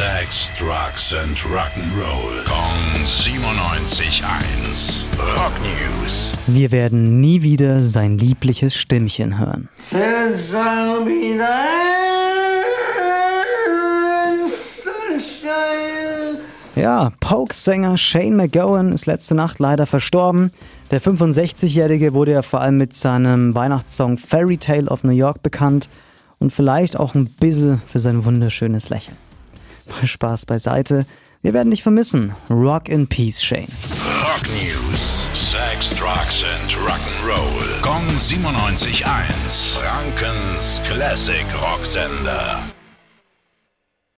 Sex, Drugs and Rock'n'Roll. Kong 97.1. Rock News. Wir werden nie wieder sein liebliches Stimmchen hören. Ja, Pogues-Sänger Shane MacGowan ist letzte Nacht leider verstorben. Der 65-Jährige wurde ja vor allem mit seinem Weihnachtssong Fairy Tale of New York bekannt und vielleicht auch ein bisschen für sein wunderschönes Lächeln. Mal Spaß beiseite, wir werden dich vermissen. Rock in Peace, Shane. Rock News. Sex, Drugs and Rock'n'Roll. Kong 97.1. Frankens Classic Rocksender.